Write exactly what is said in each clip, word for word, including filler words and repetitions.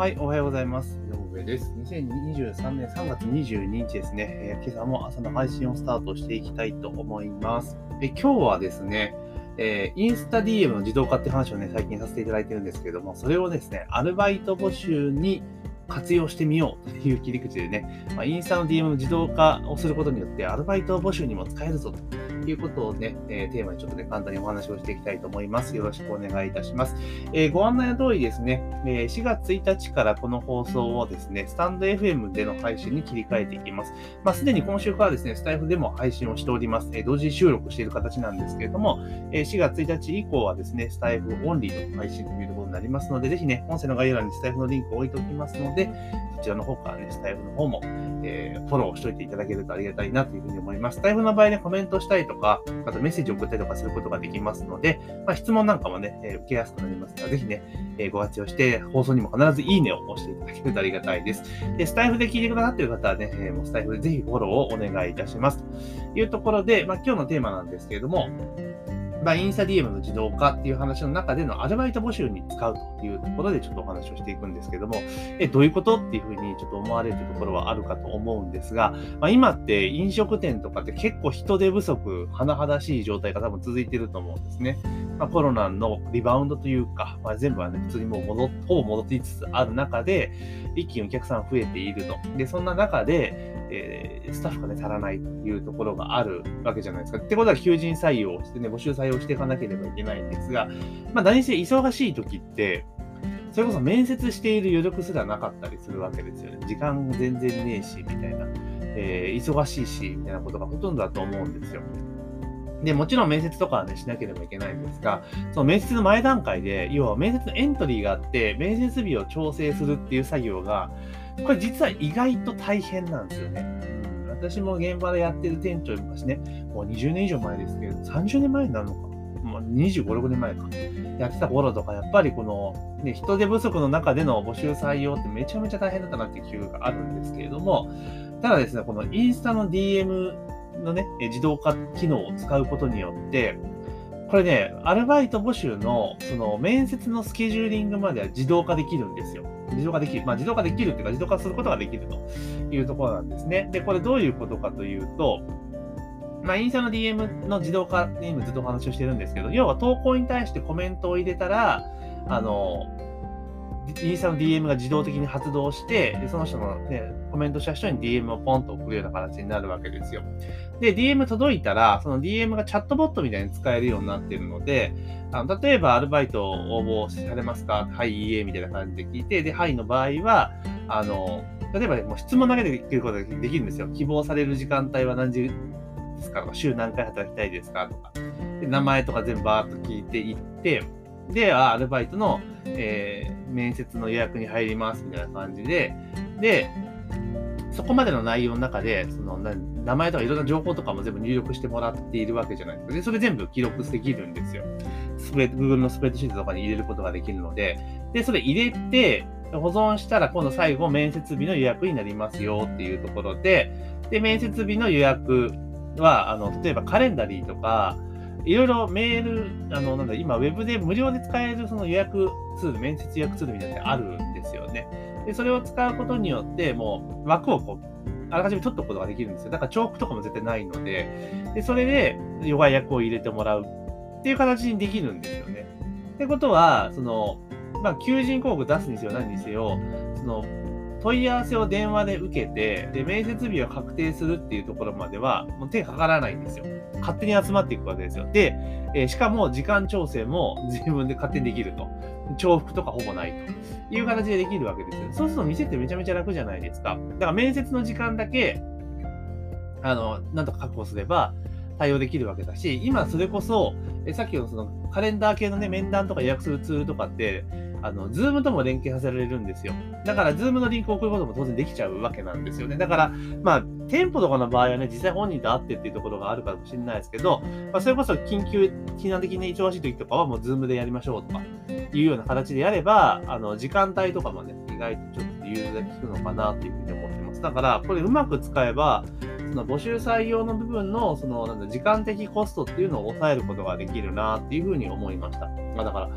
はい、おはようございます。井上です。にせんにじゅうさんねんさんがつにじゅうににちですね、えー、今朝も朝の配信をスタートしていきたいと思います。え今日はですね、えー、インスタ ディーエム の自動化って話をね、最近させていただいてるんですけれども、それをですね、アルバイト募集に活用してみようという切り口でね、まあ、インスタの ディーエム の自動化をすることによって、アルバイト募集にも使えるぞということをね、えー、テーマにちょっとね、簡単にお話をしていきたいと思います。よろしくお願いいたします。えー、ご案内の通りですね、えー、しがつついたちからこの放送をですね、スタンド エフエム での配信に切り替えていきます。まあ、すでに今週からですね、スタイフでも配信をしております。えー、同時収録している形なんですけれども、えー、しがつついたち以降はですね、スタイフオンリーの配信というところになりますので、ぜひね、音声の概要欄にスタイフのリンクを置いておきますので、そちらの方からね、スタイフの方も、えー、フォローしておいていただけるとありがたいなというふうに思います。スタイフの場合ね、コメントしたりとか、あとメッセージを送ったりとかすることができますので、まあ、質問なんかもね、えー、受けやすくなりますから、ぜひね、えー、ご活用して、放送にも必ずいいねを押していただけるとありがたいです。で、スタイフで聞いてくださっている方はね、えー、もうスタイフでぜひフォローをお願いいたします。というところで、まあ、今日のテーマなんですけれども、まあ、インスタ ディーエム の自動化っていう話の中でのアルバイト募集に使うというところでちょっとお話をしていくんですけども、え、どういうことっていうふうにちょっと思われるところはあるかと思うんですが、まあ、今って飲食店とかって結構人手不足、甚だしい状態が多分続いていると思うんですね。まあ、コロナのリバウンドというか、まあ、全部はね、普通にもう戻っ、ほぼ戻りつつある中で、一気にお客さん増えていると。で、そんな中で、えー、スタッフがね、足らないというところがあるわけじゃないですか。ってことは求人採用をしてね、募集採用していかなければいけないんですが、まあ何せ忙しい時って、それこそ面接している余力すらなかったりするわけですよね。時間全然ねえし、みたいな。えー、忙しいし、みたいなことがほとんどだと思うんですよ。で、もちろん面接とかはね、しなければいけないんですが、その面接の前段階で、要は面接のエントリーがあって、面接日を調整するっていう作業が、これ実は意外と大変なんですよね。うん、私も現場でやってる店長昔ね、もうにじゅうねん以上前ですけど、さんじゅうねんまえになるのか。もうにじゅうご、ろくねんまえか。やってた頃とか、やっぱりこの、ね、人手不足の中での募集採用ってめちゃめちゃ大変だったなっていう記憶があるんですけれども、ただですね、このインスタの ディーエム のね、自動化機能を使うことによって、これね、アルバイト募集の、その面接のスケジューリングまでは自動化できるんですよ。自動化できる。まあ自動化できるっていうか、自動化することができるというところなんですね。で、これどういうことかというと、まあ、インスタの ディーエム の自動化って今ずっとお話をしてるんですけど、要は投稿に対してコメントを入れたら、あの、インスタの ディーエム が自動的に発動して、でその人の、ね、コメントした人に ディーエム をポンと送るような形になるわけですよ。で、ディーエム 届いたら、その ディーエム がチャットボットみたいに使えるようになっているので、あの例えばアルバイトを応募されますか？はい、いいえ、みたいな感じで聞いて、で、はいの場合は、あの、例えば、ね、もう質問だけでできることができるんですよ。希望される時間帯は何時ですかとか、週何回働きたいですかとか、で名前とか全部バーッと聞いていって、で、アルバイトの、えー、面接の予約に入りますみたいな感じで、で、そこまでの内容の中で、その名前とかいろんな情報とかも全部入力してもらっているわけじゃないですか。で、それ全部記録できるんですよ。スプレ Google のスプレッドシートとかに入れることができるので、で、それ入れて、保存したら今度最後面接日の予約になりますよっていうところで、で、面接日の予約は、あの、例えばカレンダリーとか、いろいろメール、あの、なんだ、今、ウェブで無料で使えるその予約ツール、面接予約ツールみたいなのがあるんですよね。で、それを使うことによって、もう枠をこう、あらかじめ取っておくことができるんですよ。だから重複とかも絶対ないので、で、それで予約を入れてもらうっていう形にできるんですよね。ってことは、その、まあ、求人広告出すにせよ何にせよ、その、問い合わせを電話で受けて、で、面接日を確定するっていうところまでは、もう手かからないんですよ。勝手に集まっていくわけですよ。で、えー、しかも時間調整も自分で勝手にできると。重複とかほぼないという形でできるわけですよ。そうすると店ってめちゃめちゃ楽じゃないですか。だから面接の時間だけ、あの、なんとか確保すれば対応できるわけだし、今それこそ、えさっきのそのカレンダー系のね、面談とか予約するツールとかって、あの、ズームとも連携させられるんですよ。だから、ズームのリンクを送ることも当然できちゃうわけなんですよね。だから、まあ、店舗とかの場合はね、実際本人と会ってっていうところがあるかもしれないですけど、まあ、それこそ緊急、避難的に忙しい時とかはもうズームでやりましょうとか、いうような形でやれば、あの、時間帯とかもね、意外とちょっと融通が効くのかなというふうに思ってます。だから、これうまく使えば、その募集採用の部分の、その、なんだ、時間的コストっていうのを抑えることができるなっていうふうに思いました。まあ、だから、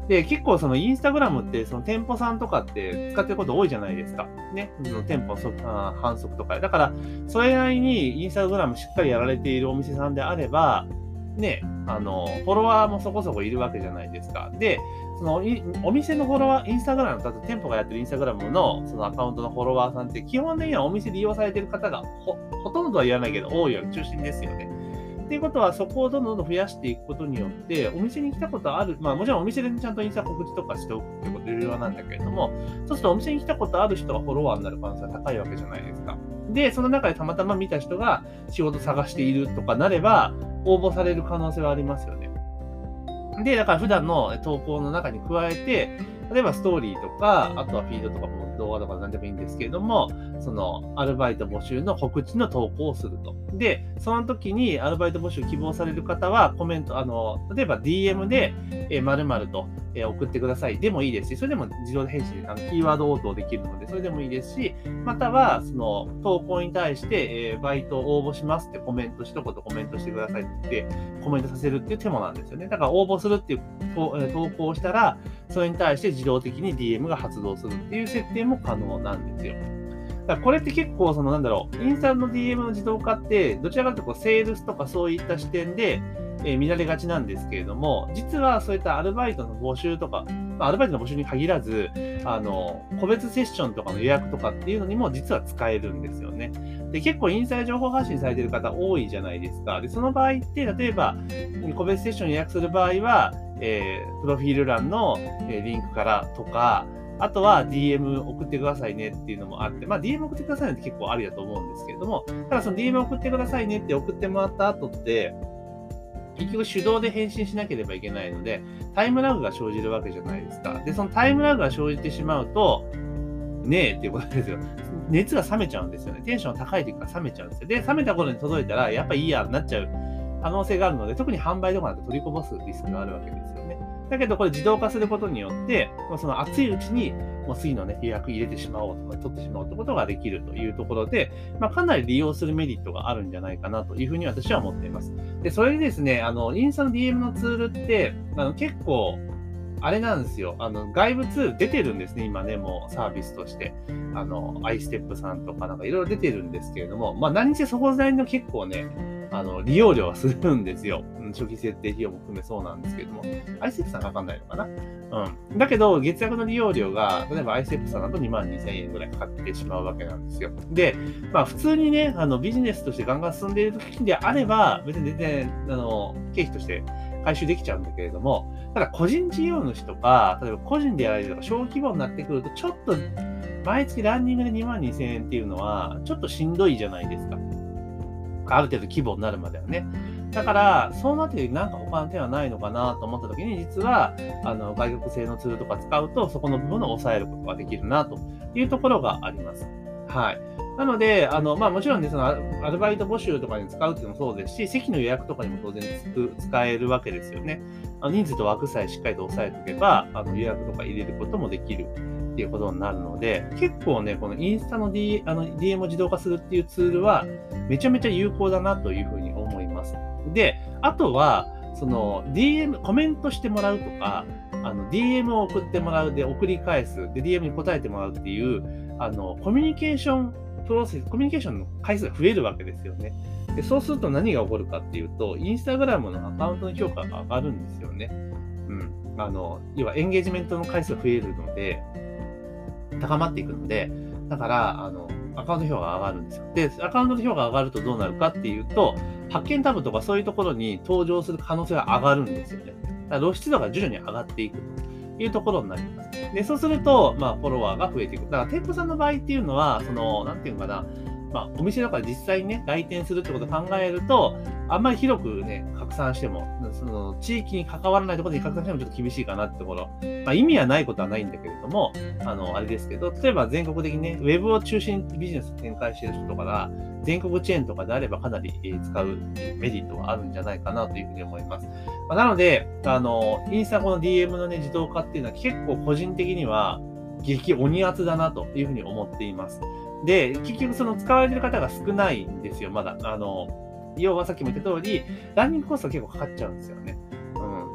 で、結構そのインスタグラムってその店舗さんとかって使ってること多いじゃないですか。ね。その店舗そあ反則とか。だから、それなりにインスタグラムしっかりやられているお店さんであれば、ね、あの、フォロワーもそこそこいるわけじゃないですか。で、そのお店のフォロワー、インスタグラム、だって店舗がやってるインスタグラムのそのアカウントのフォロワーさんって基本的にはお店利用されてる方がほ、ほとんどは言わないけど多いよ、中心ですよね。っていうことは、そこをどんどんどん増やしていくことによって、お店に来たことある、まあもちろんお店でちゃんとインスタ告知とかしておくってこと重要なんだけれども、そうするとお店に来たことある人がフォロワーになる可能性が高いわけじゃないですか。で、その中でたまたま見た人が仕事探しているとかなれば、応募される可能性はありますよね。で、だから普段の投稿の中に加えて、例えばストーリーとか、あとはフィードとかも動画とか何でもいいんですけれども、そのアルバイト募集の告知の投稿をすると。で、その時にアルバイト募集希望される方はコメント、あの、例えば ディーエム で、えー、〇〇と、えー、送ってくださいでもいいですし、それでも自動返信であのキーワード応答できるので、それでもいいですし、または、その投稿に対して、えー、バイト応募しますってコメント、一言コメントしてくださいって言って、コメントさせるっていう手もなんですよね。だから応募するっていう投稿をしたら、それに対して自動的に ディーエム が発動するっていう設定も可能なんですよ。だからこれって結構、そのなんだろう、インスタの ディーエム の自動化って、どちらかというとこうセールスとかそういった視点で、えー、見られがちなんですけれども、実はそういったアルバイトの募集とか、まあ、アルバイトの募集に限らず、あの、個別セッションとかの予約とかっていうのにも実は使えるんですよね。で、結構インスタで情報発信されている方多いじゃないですか。で、その場合って、例えば、個別セッション予約する場合は、えー、プロフィール欄の、えー、リンクからとか、あとは ディーエム 送ってくださいねっていうのもあって、まあ ディーエム 送ってくださいねって結構ありだと思うんですけれども、ただその ディーエム 送ってくださいねって送ってもらった後って、結局手動で返信しなければいけないので、タイムラグが生じるわけじゃないですか。で、そのタイムラグが生じてしまうと、ねえっていうことですよ。熱が冷めちゃうんですよね。テンションが高い時から冷めちゃうんですよ。で、冷めた頃に届いたら、やっぱいいやになっちゃう可能性があるので、特に販売とかなんて取りこぼすリスクがあるわけですよね。だけど、これ自動化することによって、その熱いうちに、もう次のね、予約入れてしまおうとか、取ってしまおうということができるというところで、まあ、かなり利用するメリットがあるんじゃないかなというふうに私は思っています。で、それでですね、あの、インスタの ディーエム のツールって、あの、結構、あれなんですよ。あの、外部ツール出てるんですね、今ね、もうサービスとして。あの、アイステップさんとかなんかいろいろ出てるんですけれども、まあ、何せそこなりの結構ね、あの、利用料はするんですよ。初期設定費用も含めそうなんですけれども、アイステップさんかかんないのかな。うん。だけど、月額の利用料が、例えばアイステップさんだとにまんにせんえんぐらいかかってしまうわけなんですよ。で、まあ、普通にね、あの、ビジネスとしてガンガン進んでいる時であれば、別に全然、あの、経費として回収できちゃうんだけれども、ただ個人事業主とか、例えば個人でやられるとか、小規模になってくると、ちょっと、毎月ランニングでにまんにせんえんっていうのは、ちょっとしんどいじゃないですか。ある程度規模になるまではね。だから、そうなってなんか他の手はないのかなと思った時に、実は、あの、外国製のツールとか使うと、そこの部分を抑えることができるなというところがあります。はい。なので、あの、まあもちろんね、そのアルバイト募集とかに使うっていうのもそうですし、席の予約とかにも当然使えるわけですよね。あの人数と枠さえしっかりと抑えておけば、あの予約とか入れることもできるっていうことになるので、結構ね、このインスタの D、あの ディーエム を自動化するっていうツールは、めちゃめちゃ有効だなというふうに思います。で、あとは、その ディーエム、コメントしてもらうとか、あの ディーエム を送ってもらうで送り返す、で ディーエム に答えてもらうっていう、あの、コミュニケーションプロセス、コミュニケーションの回数が増えるわけですよね。で、そうすると何が起こるかっていうと、インスタグラムのアカウントの評価が上がるんですよね。うん。あの、要はエンゲージメントの回数が増えるので、高まっていくので、だから、あの、アカウント評価が上がるんですよ。で、アカウントの評価が上がるとどうなるかっていうと、発見タブとかそういうところに登場する可能性が上がるんですよね。だから露出度が徐々に上がっていくというところになります。で、そうすると、まあ、フォロワーが増えていく。だから、店舗さんの場合っていうのは、その、なんていうのかな、まあ、お店とか実際にね、来店するってことを考えると、あんまり広くね、拡散しても、その、地域に関わらないところに拡散してもちょっと厳しいかなってところ。まあ、意味はないことはないんだけれども、あの、あれですけど、例えば全国的にね、ウェブを中心にビジネスを展開している人とかが、全国チェーンとかであればかなり使うメリットはあるんじゃないかなというふうに思います。まあ、なので、あの、インスタこの ディーエム のね、自動化っていうのは結構個人的には激鬼圧だなというふうに思っています。で、結局その使われている方が少ないんですよ、まだ。あの、要はさっきも言った通り、ランニングコストが結構かかっちゃうんですよね。うん。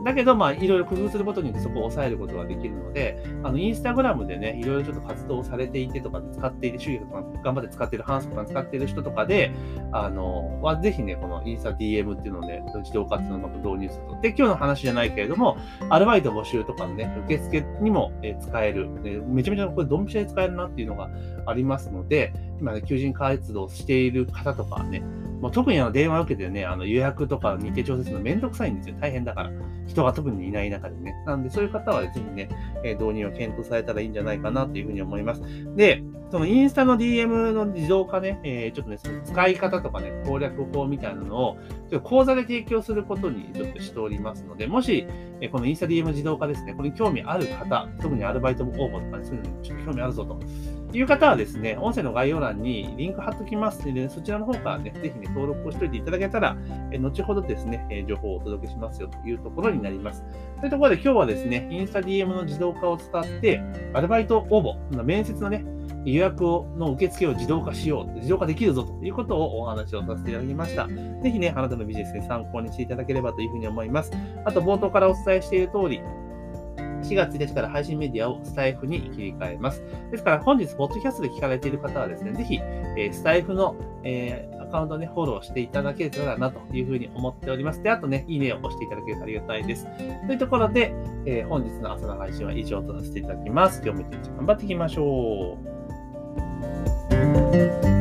だけど、まあ、いろいろ工夫することによってそこを抑えることができるので、あの、インスタグラムでね、いろいろちょっと活動されていてとか、使っている、収益とか頑張って使っている、ハンスとか使っている人とかで、あの、は、ぜひね、このインスタ ディーエム っていうのをね、自動活用の導入すると。で、今日の話じゃないけれども、アルバイト募集とかのね、受付にも使える。めちゃめちゃこれドンピシャで使えるなっていうのがありますので、今ね、求人活動している方とかはね、もう特にあの電話を受けてね、あの予約とか日程調整するのめんどくさいんですよ。大変だから。人が特にいない中でね。なんで、そういう方はぜひね、え導入を検討されたらいいんじゃないかなというふうに思います。で、そのインスタの ディーエム の自動化ね、えー、ちょっとね、その使い方とかね、攻略法みたいなのを、ちょっと講座で提供することにちょっとしておりますので、もし、えこのインスタ ディーエム 自動化ですね、これに興味ある方、特にアルバイト応募とかね、そういうのにちょっと興味あるぞという方はですね、音声の概要欄にリンク貼っときますので、そちらの方からね、ぜひね、登録をしておいていただけたら、え後ほどですね、え情報をお届けしますよというところになります。というところで今日はですね、インスタ ディーエム の自動化を使って、アルバイト応募、面接のね、予約をの受付を自動化しよう、自動化できるぞということをお話をさせていただきました。ぜひね、あなたのビジネスに参考にしていただければというふうに思います。あと、冒頭からお伝えしている通り、しがつついたちから配信メディアをスタイフに切り替えます。ですから、本日、ポッドキャストで聞かれている方はですね、ぜひ、えー、スタイフの、えー、アカウントをね、フォローしていただけたらなというふうに思っております。で、あとね、いいねを押していただけるとありがたいです。というところで、えー、本日の朝の配信は以上とさせていただきます。今日も一日頑張っていきましょう。